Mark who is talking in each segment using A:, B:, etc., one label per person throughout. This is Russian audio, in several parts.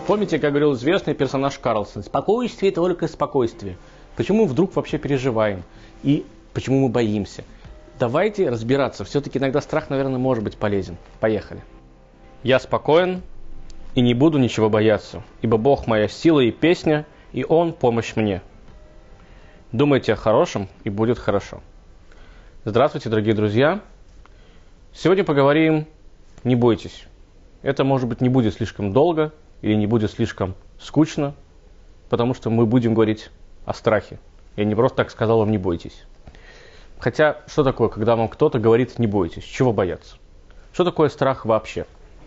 A: Помните, как говорил известный персонаж Карлсон? Спокойствие, только спокойствие. Почему мы вдруг вообще переживаем? И почему мы боимся? Давайте разбираться. Все-таки иногда страх, наверное, может быть полезен. Поехали. Я спокоен и не буду ничего бояться, ибо Бог моя сила и песня, и Он помощь мне. Думайте о хорошем, и будет хорошо. Здравствуйте, дорогие друзья. Сегодня поговорим «Не бойтесь». Это, может быть, не будет слишком долго или не будет слишком скучно, потому что мы будем говорить о страхе. Я не просто так сказал вам «не бойтесь». Хотя, что такое, когда вам кто-то говорит «не бойтесь»? Чего бояться? Что такое страх вообще?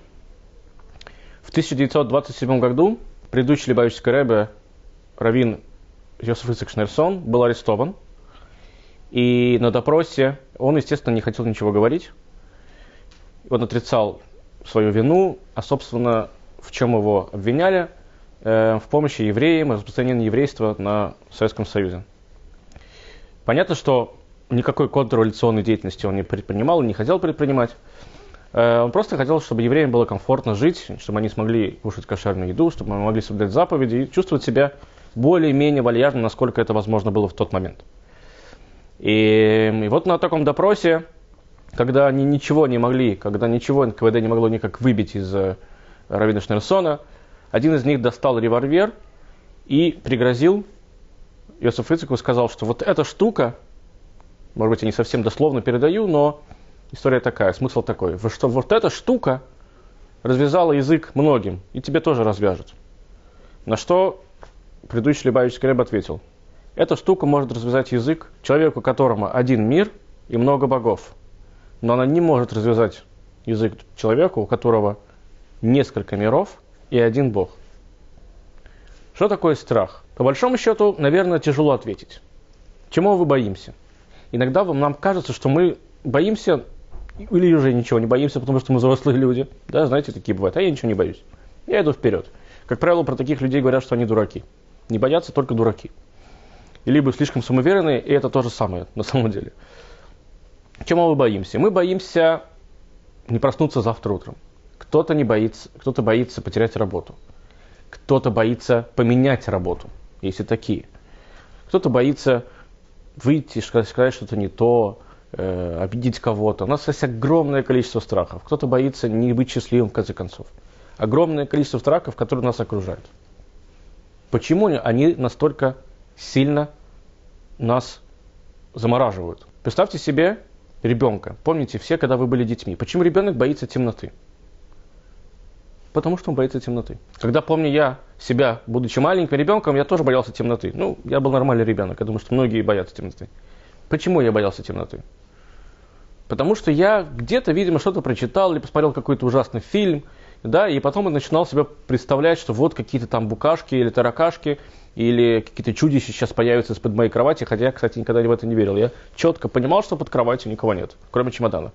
A: В 1927 году предыдущий Любавический ребе, раввин Йосеф Ицхак Шнейрсон, был арестован. И на допросе он, естественно, не хотел ничего говорить. Он отрицал свою вину, а, собственно, в чем его обвиняли? В помощи евреям и распространении еврейства на Советском Союзе. Понятно, что никакой контрреволюционной деятельности он не предпринимал, не хотел предпринимать. Он просто хотел, чтобы евреям было комфортно жить, чтобы они смогли кушать кошерную еду, чтобы они могли соблюдать заповеди и чувствовать себя более-менее вальяжно, насколько это возможно было в тот момент. И вот на таком допросе, когда они ничего не могли, когда ничего НКВД не могло никак выбить из раввина Шнейрсона, один из них достал револьвер и пригрозил Йосефу Ицхаку, сказал, что вот эта штука, может быть, я не совсем дословно передаю, но история такая, смысл такой, что вот эта штука развязала язык многим, и тебе тоже развяжет. На что предыдущий Любавический ребе ответил: эта штука может развязать язык человеку, которому один мир и много богов, но она не может развязать язык человеку, у которого несколько миров и один бог. Что такое страх? По большому счету, наверное, тяжело ответить. Чему мы боимся? Иногда нам кажется, что мы боимся, или уже ничего не боимся, потому что мы взрослые люди. Да, знаете, такие бывают. А я ничего не боюсь. Я иду вперед. Как правило, про таких людей говорят, что они дураки. Не боятся только дураки. И либо слишком самоуверенные, и это то же самое на самом деле. Чему мы боимся? Мы боимся не проснуться завтра утром. Кто-то боится потерять работу. Кто-то боится поменять работу, если такие. Кто-то боится выйти, сказать что-то не то, обидеть кого-то. У нас есть огромное количество страхов. Кто-то боится не быть счастливым, в конце концов. Огромное количество страхов, которые нас окружают. Почему они настолько сильно нас замораживают? Представьте себе ребенка. Помните все, когда вы были детьми. Почему ребенок боится темноты? Потому что он боится темноты. Когда помню я себя, будучи маленьким ребенком, я тоже боялся темноты. Я был нормальный ребенок. Я думаю, что многие боятся темноты. Почему я боялся темноты? Потому что я где-то, видимо, что-то прочитал или посмотрел какой-то ужасный фильм, да, и потом я начинал себе представлять, что вот какие-то там букашки или таракашки, или какие-то чудища сейчас появятся из-под моей кровати, хотя я, кстати, никогда в это не верил. Я четко понимал, что под кроватью никого нет, кроме чемодана.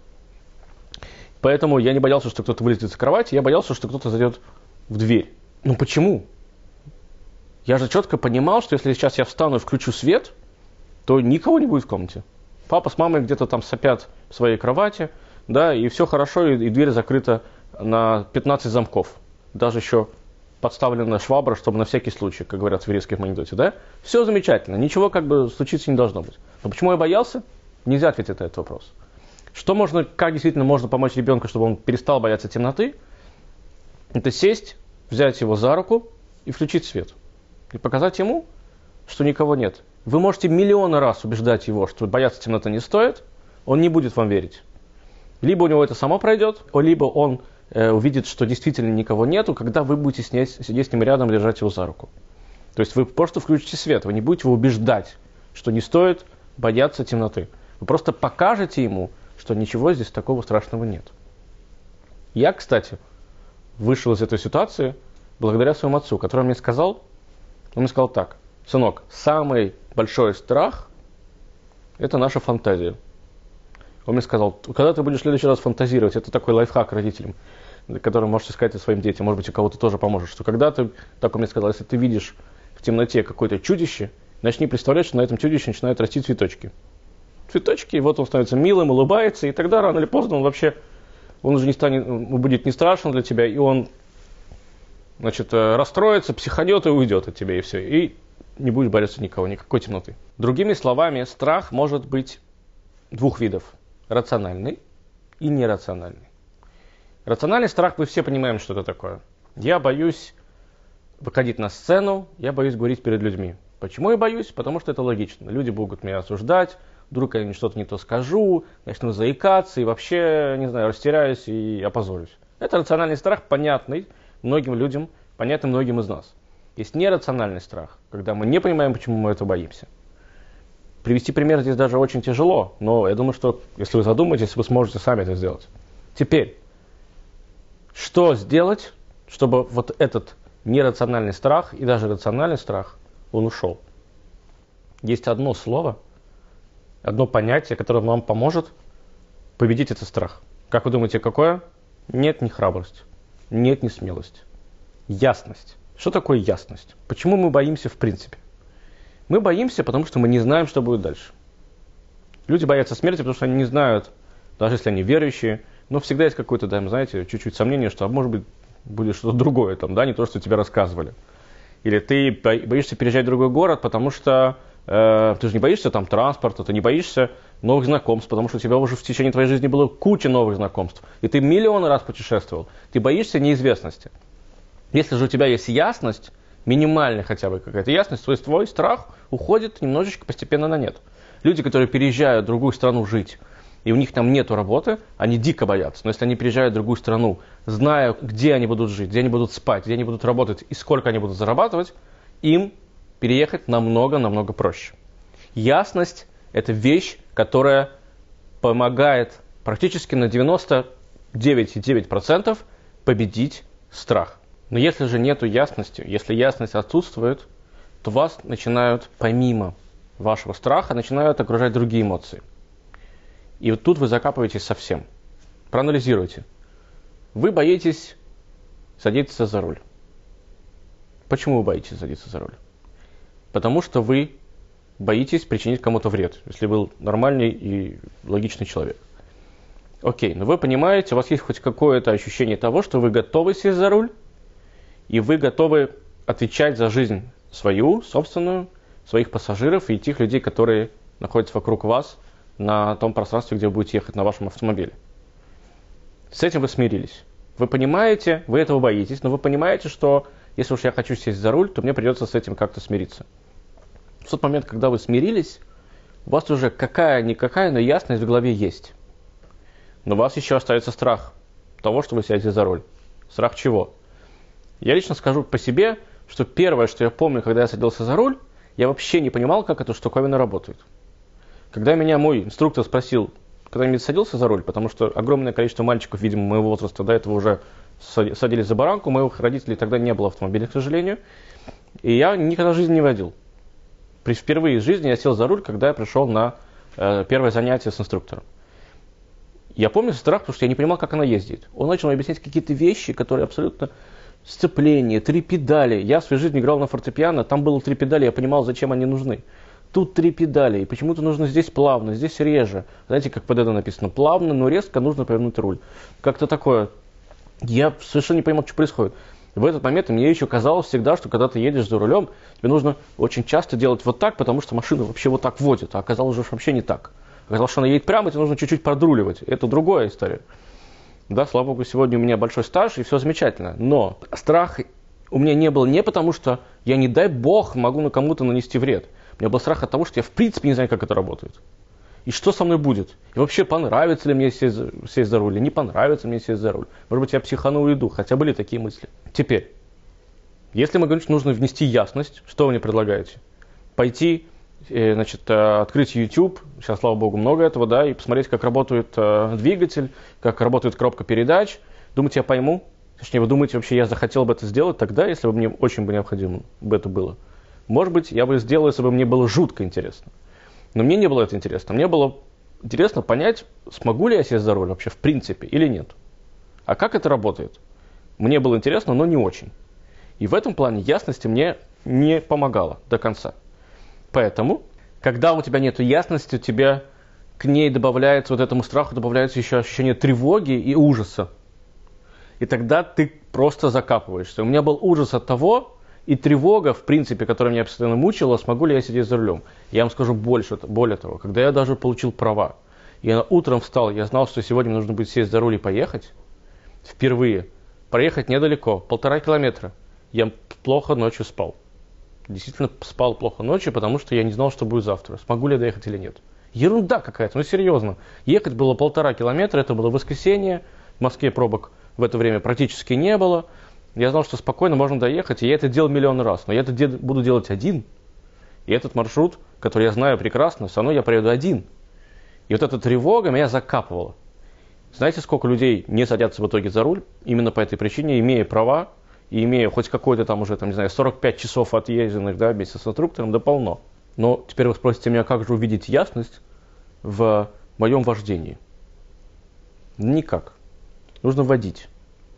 A: Поэтому я не боялся, что кто-то вылезет из кровати, я боялся, что кто-то зайдет в дверь. Почему? Я же четко понимал, что если сейчас я встану и включу свет, то никого не будет в комнате. Папа с мамой где-то там сопят в своей кровати, да, и все хорошо, и дверь закрыта на 15 замков. Даже еще подставлена швабра, чтобы на всякий случай, как говорят в еврейском анекдоте, да? Все замечательно, ничего случиться не должно быть. Но почему я боялся? Нельзя ответить на этот вопрос. Как действительно можно помочь ребенку, чтобы он перестал бояться темноты? Это сесть, взять его за руку и включить свет. И показать ему, что никого нет. Вы можете миллионы раз убеждать его, что бояться темноты не стоит, он не будет вам верить. Либо у него это само пройдет, либо он увидит, что действительно никого нету, когда вы будете сидеть с ним рядом, держать его за руку. То есть вы просто включите свет, вы не будете его убеждать, что не стоит бояться темноты. Вы просто покажете ему, что ничего здесь такого страшного нет. Я, кстати, вышел из этой ситуации благодаря своему отцу, который мне сказал, так: сынок, самый большой страх – это наша фантазия. Он мне сказал: когда ты будешь в следующий раз фантазировать, это такой лайфхак родителям, который можете сказать своим детям, может быть, у кого-то тоже поможет, что когда ты, так он мне сказал, если ты видишь в темноте какое-то чудище, начни представлять, что на этом чудище начинают расти цветочки. Цветочки, и вот он становится милым, улыбается, и тогда рано или поздно он уже будет не страшен для тебя, и он Значит, расстроится, психанет и уйдет от тебя, и все. И не будешь бояться никого, никакой темноты. Другими словами, страх может быть двух видов. Рациональный и нерациональный. Рациональный страх, мы все понимаем, что это такое. Я боюсь выходить на сцену, я боюсь говорить перед людьми. Почему я боюсь? Потому что это логично. Люди будут меня осуждать, вдруг я что-то не то скажу, начну заикаться и вообще, не знаю, растеряюсь и опозорюсь. Это рациональный страх, понятный многим людям, понятный многим из нас. Есть нерациональный страх, когда мы не понимаем, почему мы этого боимся. Привести пример здесь даже очень тяжело, но я думаю, что если вы задумаетесь, вы сможете сами это сделать. Теперь, что сделать, чтобы вот этот нерациональный страх и даже рациональный страх, он ушел? Есть одно слово, одно понятие, которое вам поможет победить этот страх. Как вы думаете, какое? Нет, не храбрость. Нет, не смелость. Ясность. Что такое ясность? Почему мы боимся в принципе? Мы боимся, потому что мы не знаем, что будет дальше. Люди боятся смерти, потому что они не знают, даже если они верующие, но всегда есть какое-то, да, знаете, чуть-чуть сомнение, что, может быть, будет что-то другое, там, да, не то, что тебе рассказывали. Или ты боишься переезжать в другой город, потому что ты же не боишься там транспорта, ты не боишься новых знакомств, потому что у тебя уже в течение твоей жизни было куча новых знакомств, и ты миллионы раз путешествовал. Ты боишься неизвестности. Если же у тебя есть ясность, минимальная хотя бы какая-то ясность, то есть твой страх уходит немножечко постепенно на нет. Люди, которые переезжают в другую страну жить, и у них там нету работы, они дико боятся. Но если они переезжают в другую страну, зная, где они будут жить, где они будут спать, где они будут работать и сколько они будут зарабатывать, им переехать намного проще. Ясность – это вещь, которая помогает практически на 99,9% победить страх. Но если же нету ясности, если ясность отсутствует, то вас начинают, помимо вашего страха, начинают окружать другие эмоции. И вот тут вы закапываетесь совсем. Проанализируйте. Вы боитесь садиться за руль. Почему вы боитесь садиться за руль? Потому что вы боитесь причинить кому-то вред, если вы нормальный и логичный человек. Окей, но вы понимаете, у вас есть хоть какое-то ощущение того, что вы готовы сесть за руль, и вы готовы отвечать за жизнь свою, собственную, своих пассажиров и тех людей, которые находятся вокруг вас на том пространстве, где вы будете ехать на вашем автомобиле. С этим вы смирились. Вы понимаете, вы этого боитесь, но вы понимаете, что если уж я хочу сесть за руль, то мне придется с этим как-то смириться. В тот момент, когда вы смирились, у вас уже какая-никакая, но ясность в голове есть. Но у вас еще остается страх того, что вы сядете за руль. Страх чего? Я лично скажу по себе, что первое, что я помню, когда я садился за руль, я вообще не понимал, как эта штуковина работает. Когда меня мой инструктор спросил, когда-нибудь садился за руль, потому что огромное количество мальчиков, видимо, моего возраста до этого уже садились за баранку, у моих родителей тогда не было автомобиля, к сожалению, и я никогда в жизни не водил. Впервые в жизни я сел за руль, когда я пришел на первое занятие с инструктором. Я помню страх, потому что я не понимал, как она ездит. Он начал мне объяснять какие-то вещи, которые абсолютно сцепление, 3 педали. Я в своей жизни играл на фортепиано, там было 3 педали, я понимал, зачем они нужны. Тут 3 педали, и почему-то нужно здесь плавно, здесь реже. Знаете, как под это написано? Плавно, но резко нужно повернуть руль. Как-то такое. Я совершенно не понимал, что происходит. В этот момент мне еще казалось всегда, что когда ты едешь за рулем, тебе нужно очень часто делать вот так, потому что машина вообще вот так водит. А оказалось же вообще не так. Оказалось, что она едет прямо, тебе нужно чуть-чуть подруливать. Это другая история. Да, слава богу, сегодня у меня большой стаж, и все замечательно. Но страх у меня не был не потому, что я, не дай бог, могу на кому-то нанести вред. У меня был страх от того, что я в принципе не знаю, как это работает. И что со мной будет? И вообще, понравится ли мне сесть за руль, или не понравится мне сесть за руль. Может быть, я психану и уйду. Хотя были такие мысли. Теперь, если мы говорим, что нужно внести ясность, что вы мне предлагаете? Пойти, открыть YouTube, сейчас, слава богу, много этого, да, и посмотреть, как работает двигатель, как работает коробка передач. Думаете, я пойму? Точнее, вы думаете, вообще я захотел бы это сделать тогда, если бы мне очень бы необходимо бы это было? Может быть, я бы сделал, если бы мне было жутко интересно. Но мне не было это интересно. Мне было интересно понять, смогу ли я сесть за руль вообще в принципе или нет. А как это работает? Мне было интересно, но не очень. И в этом плане ясности мне не помогало до конца. Поэтому, когда у тебя нет ясности, у тебя к ней добавляется, вот этому страху добавляется еще ощущение тревоги и ужаса. И тогда ты просто закапываешься. У меня был ужас от того, и тревога, в принципе, которая меня постоянно мучила, смогу ли я сидеть за рулем. Я вам скажу более того, когда я даже получил права, я утром встал, я знал, что сегодня нужно будет сесть за руль и поехать, впервые, проехать недалеко, 1,5 километра, я плохо ночью спал. Действительно спал плохо ночью, потому что я не знал, что будет завтра, смогу ли я доехать или нет. Ерунда какая-то, ну серьезно. Ехать было 1,5 километра, это было воскресенье, в Москве пробок в это время практически не было. Я знал, что спокойно можно доехать, и я это делал миллион раз. Но я это буду делать один. И этот маршрут, который я знаю прекрасно, все равно я проеду один. И вот эта тревога меня закапывала. Знаете, сколько людей не садятся в итоге за руль, именно по этой причине, имея права, и имея хоть какой-то там уже, там, не знаю, 45 часов отъезженных, да, вместе с инструктором, да полно. Но теперь вы спросите меня, как же увидеть ясность в моем вождении? Никак. Нужно водить.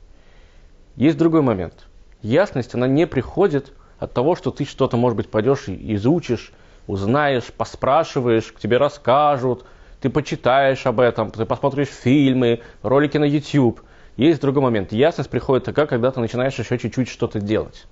A: Есть другой момент. Ясность, она не приходит от того, что ты что-то, может быть, пойдешь и изучишь, узнаешь, поспрашиваешь, к тебе расскажут, ты почитаешь об этом, ты посмотришь фильмы, ролики на YouTube. Есть другой момент. Ясность приходит тогда, когда ты начинаешь еще чуть-чуть что-то делать.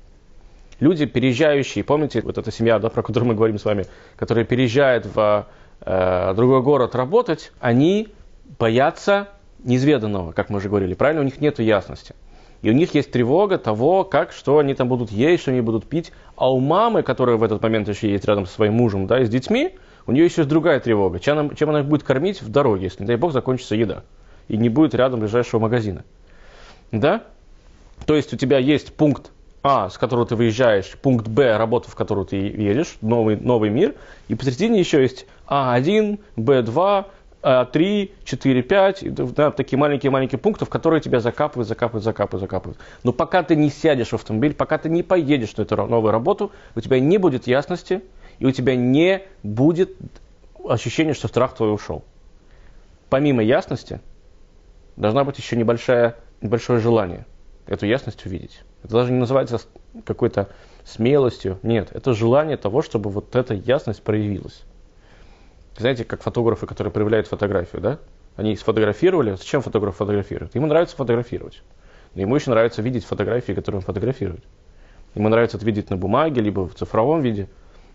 A: Люди, переезжающие, помните, вот эта семья, да, про которую мы говорим с вами, которая переезжает в другой город работать, они боятся неизведанного, как мы уже говорили, правильно? У них нет ясности. И у них есть тревога того, что они там будут есть, что они будут пить. А у мамы, которая в этот момент еще есть рядом со своим мужем, да, и с детьми, у нее еще есть другая тревога. Чем она их будет кормить в дороге, если, не дай бог, закончится еда. И не будет рядом ближайшего магазина. Да? То есть у тебя есть пункт А, с которого ты выезжаешь, пункт Б, работа, в которую ты едешь, новый мир. И посередине еще есть А1, Б2, А3, 4, 5, да, такие маленькие пункты, в которые тебя закапывают. Но пока ты не сядешь в автомобиль, пока ты не поедешь на эту новую работу, у тебя не будет ясности, и у тебя не будет ощущения, что страх твой ушел. Помимо ясности, должна быть еще небольшое желание эту ясность увидеть. Это даже не называется какой-то смелостью. Нет, это желание того, чтобы вот эта ясность проявилась. Знаете, как фотографы, которые проявляют фотографию, да? Они сфотографировали. Зачем фотограф фотографирует? Ему нравится фотографировать. Но ему еще нравится видеть фотографии, которые он фотографирует. Ему нравится это видеть на бумаге, либо в цифровом виде.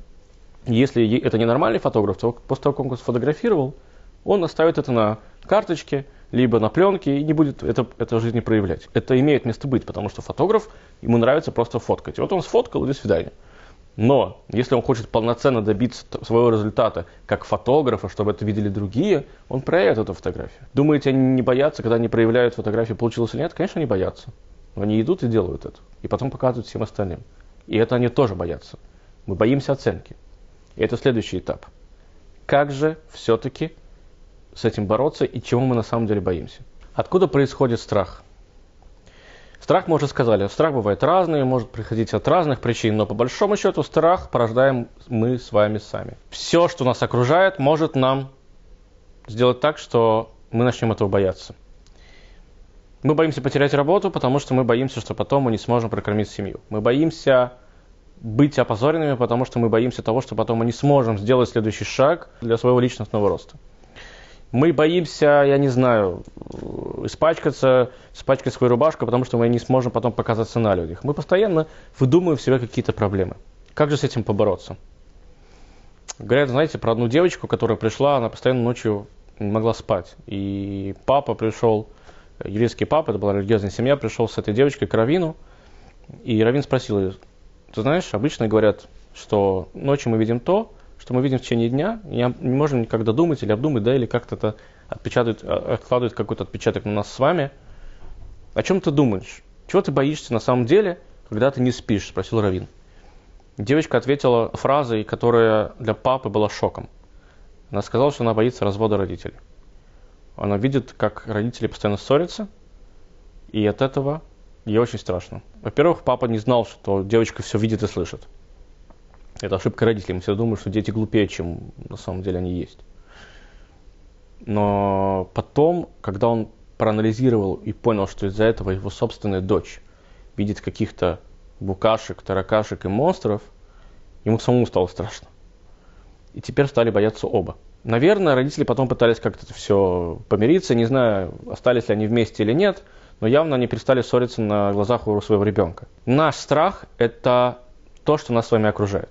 A: И если это не нормальный фотограф, то после того, как он сфотографировал, он оставит это на карточке, либо на пленке, и не будет это в жизни проявлять. Это имеет место быть, потому что фотограф, ему нравится просто фоткать. Вот он сфоткал, и до свидания. Но если он хочет полноценно добиться своего результата как фотографа, чтобы это видели другие, он проявит эту фотографию. Думаете, они не боятся, когда они проявляют фотографию, получилось или нет? Конечно, они боятся. Но они идут и делают это. И потом показывают всем остальным. И это они тоже боятся. Мы боимся оценки. И это следующий этап. Как же все-таки с этим бороться и чего мы на самом деле боимся? Откуда происходит страх? Страх, мы уже сказали, страх бывает разный, может приходить от разных причин, но по большому счету страх порождаем мы с вами сами. Все, что нас окружает, может нам сделать так, что мы начнем этого бояться. Мы боимся потерять работу, потому что мы боимся, что потом мы не сможем прокормить семью. Мы боимся быть опозоренными, потому что мы боимся того, что потом мы не сможем сделать следующий шаг для своего личностного роста. Мы боимся, я не знаю, испачкать свою рубашку, потому что мы не сможем потом показаться на людях. Мы постоянно выдумываем в себе какие-то проблемы. Как же с этим побороться? Говорят, знаете, про одну девочку, которая пришла, она постоянно ночью не могла спать. И папа пришел, еврейский папа, это была религиозная семья, пришел с этой девочкой к раввину. И раввин спросил ее: ты знаешь, обычно говорят, что ночью мы видим то, что мы видим в течение дня, и не можем никогда думать или обдумать, да, или как-то это откладывает какой-то отпечаток на нас с вами. О чем ты думаешь? Чего ты боишься на самом деле, когда ты не спишь? Спросил раввин. Девочка ответила фразой, которая для папы была шоком. Она сказала, что она боится развода родителей. Она видит, как родители постоянно ссорятся, и от этого ей очень страшно. Во-первых, папа не знал, что девочка все видит и слышит. Это ошибка родителей. Мы все думаем, что дети глупее, чем на самом деле они есть. Но потом, когда он проанализировал и понял, что из-за этого его собственная дочь видит каких-то букашек, таракашек и монстров, ему самому стало страшно. И теперь стали бояться оба. Наверное, родители потом пытались как-то это все помириться. Не знаю, остались ли они вместе или нет. но явно они перестали ссориться на глазах у своего ребенка. Наш страх – это то, что нас с вами окружает.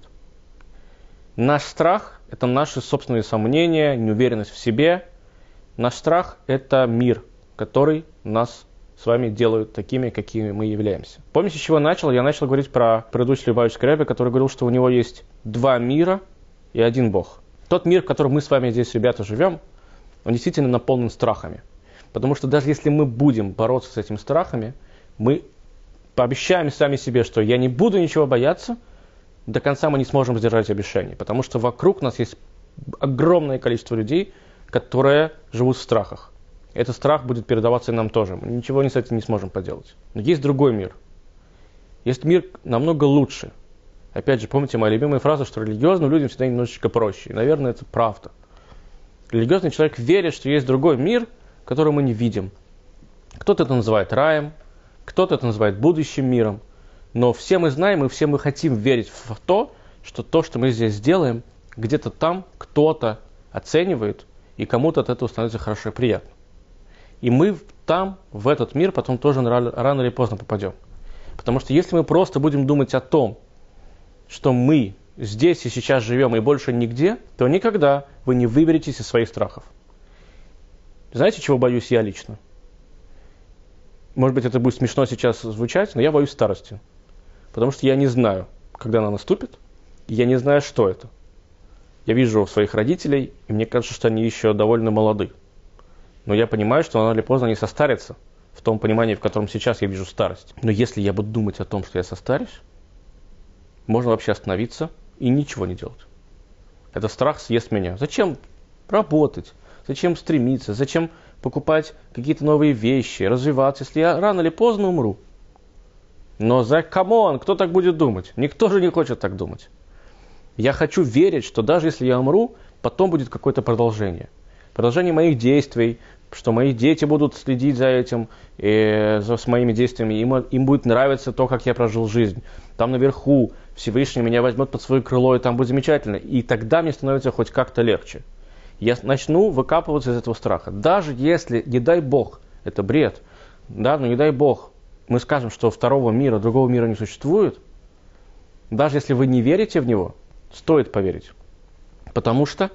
A: Наш страх – это наши собственные сомнения, неуверенность в себе. Наш страх – это мир, который нас с вами делают такими, какими мы являемся. Помните, с чего я начал? Я начал говорить про предыдущего Любавичского рэбби, который говорил, что у него есть два мира и один Бог. Тот мир, в котором мы с вами здесь, ребята, живем, он действительно наполнен страхами. Потому что даже если мы будем бороться с этими страхами, мы пообещаем сами себе, что я не буду ничего бояться, до конца мы не сможем сдержать обещание. Потому что вокруг нас есть огромное количество людей, которые живут в страхах. Этот страх будет передаваться и нам тоже. Мы ничего с этим не сможем поделать. Но есть другой мир. Есть мир намного лучше. Опять же, помните моя любимая фраза, что религиозным людям всегда немножечко проще. И, наверное, это правда. Религиозный человек верит, что есть другой мир, который мы не видим. Кто-то это называет раем, кто-то это называет будущим миром. Но все мы знаем и все мы хотим верить в то, что мы здесь делаем, где-то там кто-то оценивает, и кому-то от этого становится хорошо и приятно. И мы там, в этот мир, потом тоже рано или поздно попадем. Потому что если мы просто будем думать о том, что мы здесь и сейчас живем и больше нигде, то никогда вы не выберетесь из своих страхов. Знаете, чего боюсь я лично? Может быть, это будет смешно сейчас звучать, но я боюсь старости. Потому что я не знаю, когда она наступит, и я не знаю, что это. Я вижу своих родителей, и мне кажется, что они еще довольно молоды. Но я понимаю, что рано или поздно они состарятся, в том понимании, в котором сейчас я вижу старость. Но если я буду думать о том, что я состарюсь, можно вообще остановиться и ничего не делать. Этот страх съест меня. Зачем работать? Зачем стремиться? Зачем покупать какие-то новые вещи, развиваться, если я рано или поздно умру? Но камон, кто так будет думать? Никто же не хочет так думать. Я хочу верить, что даже если я умру, потом будет какое-то продолжение. Продолжение моих действий, что мои дети будут следить за этим, с моими действиями, им будет нравиться то, как я прожил жизнь. Там наверху Всевышний меня возьмет под свое крыло, и там будет замечательно. И тогда мне становится хоть как-то легче. Я начну выкапываться из этого страха. Даже если, не дай Бог, это бред, да, но не дай Бог, мы скажем, что второго мира, другого мира не существует, даже если вы не верите в него, стоит поверить. Потому что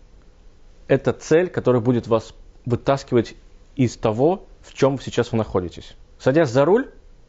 A: это цель, которая будет вас вытаскивать из того, в чем сейчас вы находитесь. Садясь за руль,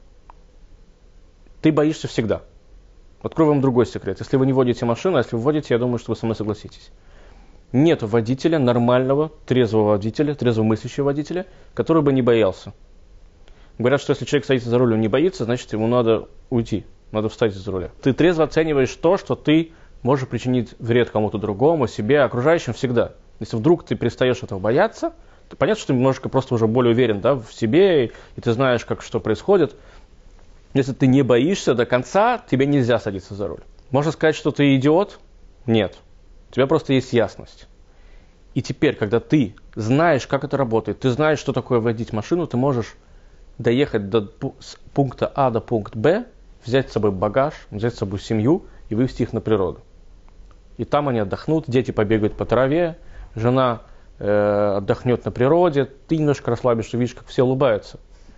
A: ты боишься всегда. Открою вам другой секрет. Если вы не водите машину, а если вы водите, я думаю, что вы со мной согласитесь. Нет водителя, нормального, трезвого водителя, трезвомыслящего водителя, который бы не боялся. Говорят, что если человек садится за руль, он не боится, значит, ему надо уйти, надо встать из руля. Ты трезво оцениваешь то, что ты можешь причинить вред кому-то другому, себе, окружающим всегда. Если вдруг ты перестаешь этого бояться, то понятно, что ты немножко просто уже более уверен, да, в себе, и ты знаешь, как что происходит. Если ты не боишься до конца, тебе нельзя садиться за руль. Можно сказать, что ты идиот? Нет. У тебя просто есть ясность. И теперь, когда ты знаешь, как это работает, ты знаешь, что такое водить машину, ты можешь доехать с пункта А до пункта Б, взять с собой багаж, взять с собой семью и вывести их на природу. И там они отдохнут, дети побегают по траве, жена отдохнет на природе, ты немножко расслабишься, видишь, как все улыбаются.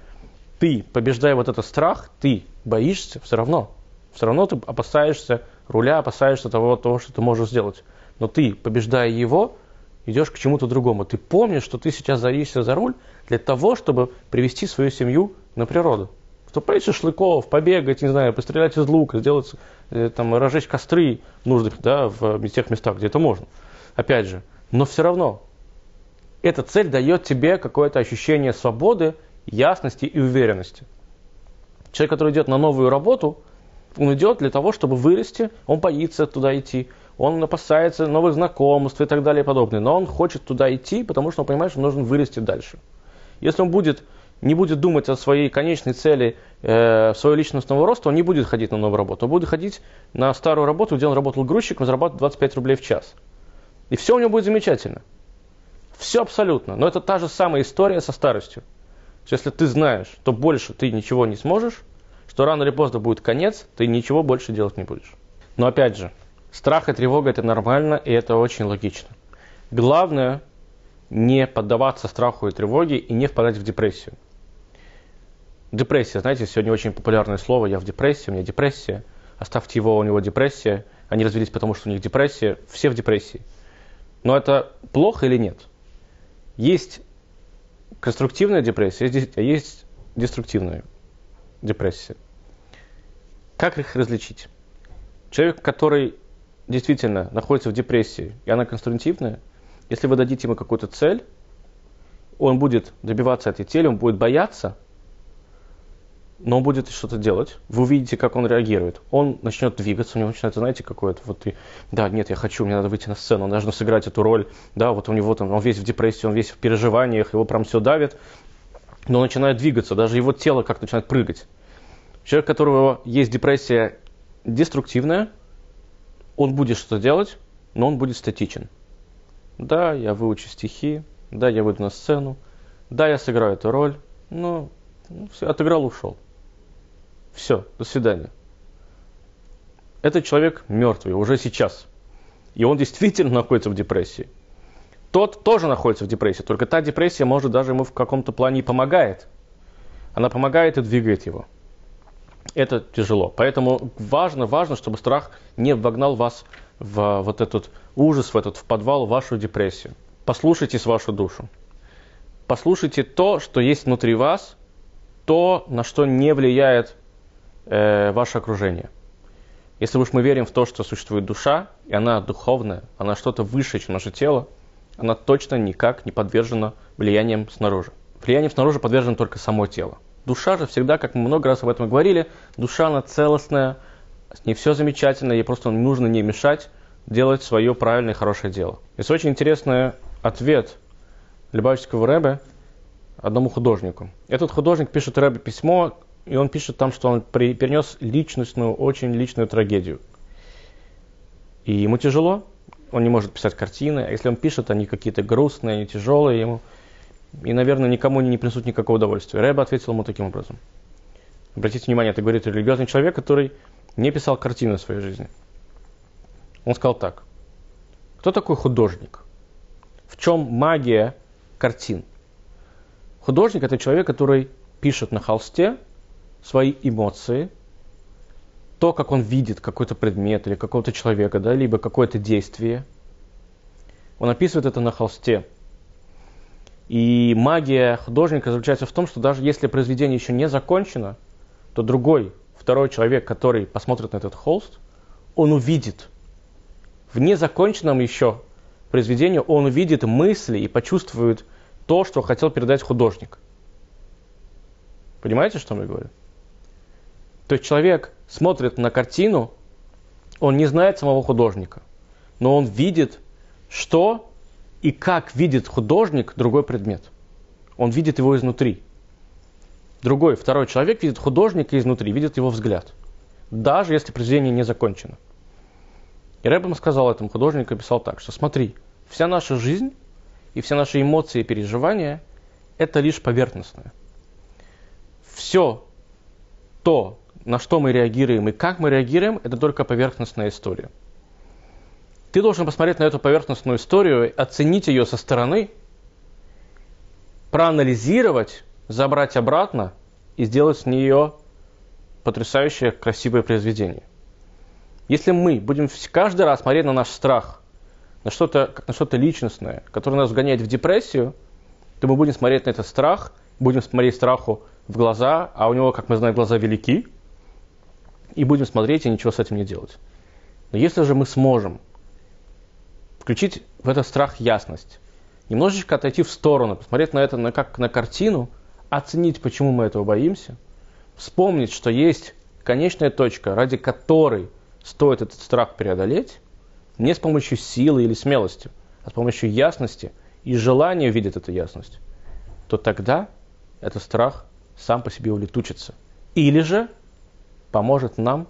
A: Ты, побеждая вот этот страх, ты боишься все равно. Все равно ты опасаешься руля, опасаешься того, что ты можешь сделать. Но ты, побеждая его, идешь к чему-то другому. Ты помнишь, что ты сейчас садишься за руль для того, чтобы привести свою семью на природу. Чтобы поесть шашлыков, побегать, не знаю, пострелять из лука, сделать, разжечь костры нужных, да, в тех местах, где это можно. Опять же, но все равно эта цель дает тебе какое-то ощущение свободы, ясности и уверенности. Человек, который идет на новую работу, он идет для того, чтобы вырасти, он боится туда идти, он опасается новых знакомств и так далее и подобное. Но он хочет туда идти, потому что он понимает, что нужно вырасти дальше. Если он не будет думать о своей конечной цели, своего личностного роста, он не будет ходить на новую работу. Он будет ходить на старую работу, где он работал грузчиком, зарабатывает 25 рублей в час. И все у него будет замечательно. Все абсолютно. Но это та же самая история со старостью. Если ты знаешь, что больше ты ничего не сможешь, что рано или поздно будет конец, ты ничего больше делать не будешь. Но опять же, страх и тревога – это нормально, и это очень логично. Главное – не поддаваться страху и тревоге и не впадать в депрессию. Депрессия, знаете, сегодня очень популярное слово «я в депрессии», у меня депрессия. Оставьте его, у него депрессия. Они развелись, потому что у них депрессия. Все в депрессии. Но это плохо или нет? Есть конструктивная депрессия, а есть деструктивная депрессия. Как их различить? Человек, который действительно находится в депрессии, и она конструктивная, если вы дадите ему какую-то цель, он будет добиваться этой цели, он будет бояться, но он будет что-то делать. Вы увидите, как он реагирует. Он начнет двигаться, у него начинается, знаете, какое-то да, нет, я хочу, мне надо выйти на сцену, он должен сыграть эту роль. Да, вот у него там, он весь в депрессии, он весь в переживаниях, его прям все давит. Но он начинает двигаться, даже его тело как начинает прыгать. Человек, у которого есть депрессия деструктивная, он будет что-то делать, но он будет статичен. Да, я выучу стихи, да, я выйду на сцену, да, я сыграю эту роль, но все, отыграл, ушел. Все, до свидания. Этот человек мертвый уже сейчас. И он действительно находится в депрессии. Тот тоже находится в депрессии, только та депрессия, может, даже ему в каком-то плане и помогает. Она помогает и двигает его. Это тяжело. Поэтому важно, чтобы страх не вогнал вас в вот этот ужас, в подвал, в вашу депрессию. Послушайтесь вашу душу. Послушайте то, что есть внутри вас, то, на что не влияет ваше окружение. Если уж мы верим в то, что существует душа, и она духовная, она что-то выше, чем наше тело, она точно никак не подвержена влияниям снаружи. Влиянием снаружи подвержено только само тело. Душа же всегда, как мы много раз об этом говорили, душа она целостная, с ней все замечательно, ей просто нужно не мешать делать свое правильное и хорошее дело. Есть очень интересный ответ Любавического Ребе одному художнику. Этот художник пишет Ребе письмо, и он пишет там, что он перенес очень личную трагедию. И ему тяжело, он не может писать картины, а если он пишет, они какие-то грустные, они тяжелые ему, и, наверное, никому не принесут никакого удовольствия. Ребе ответил ему таким образом. Обратите внимание, это говорит религиозный человек, который не писал картины в своей жизни. Он сказал так. Кто такой художник? В чем магия картин? Художник – это человек, который пишет на холсте свои эмоции, то, как он видит какой-то предмет или какого-то человека, да, либо какое-то действие. Он описывает это на холсте. И магия художника заключается в том, что даже если произведение еще не закончено, то второй человек, который посмотрит на этот холст, он увидит в незаконченном еще произведении, он увидит мысли и почувствует то, что хотел передать художник. Понимаете, что я говорю? То есть человек смотрит на картину, он не знает самого художника, но он видит, что и как видит художник другой предмет. Он видит его изнутри. Второй человек видит художника изнутри, видит его взгляд. Даже если произведение не закончено. И Ребе сказал этому художнику и писал так, что смотри, вся наша жизнь и все наши эмоции и переживания – это лишь поверхностное. Все то, на что мы реагируем и как мы реагируем, это только поверхностная история. Ты должен посмотреть на эту поверхностную историю, оценить ее со стороны, проанализировать, забрать обратно и сделать с нее потрясающее, красивое произведение. Если мы будем каждый раз смотреть на наш страх, как на что-то личностное, которое нас вгоняет в депрессию, то мы будем смотреть на этот страх, будем смотреть страху в глаза, а у него, как мы знаем, глаза велики, и будем смотреть и ничего с этим не делать. Но если же мы сможем включить в этот страх ясность, немножечко отойти в сторону, посмотреть на это как на картину, оценить, почему мы этого боимся, вспомнить, что есть конечная точка, ради которой стоит этот страх преодолеть, не с помощью силы или смелости, а с помощью ясности и желания увидеть эту ясность, то тогда этот страх сам по себе улетучится. Или же поможет нам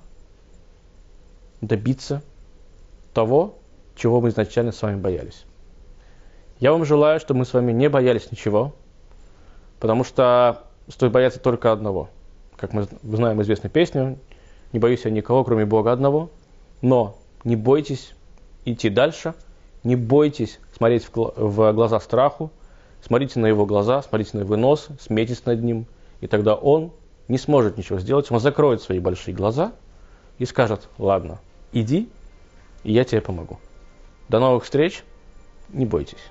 A: добиться того, чего мы изначально с вами боялись. Я вам желаю, чтобы мы с вами не боялись ничего, потому что стоит бояться только одного. Как мы знаем известную песню, не боюсь я никого, кроме Бога одного, но не бойтесь идти дальше, не бойтесь смотреть в глаза страху, смотрите на его глаза, смотрите на его нос, смейтесь над ним, и тогда он не сможет ничего сделать, он закроет свои большие глаза и скажет: ладно, иди, и я тебе помогу. До новых встреч, не бойтесь.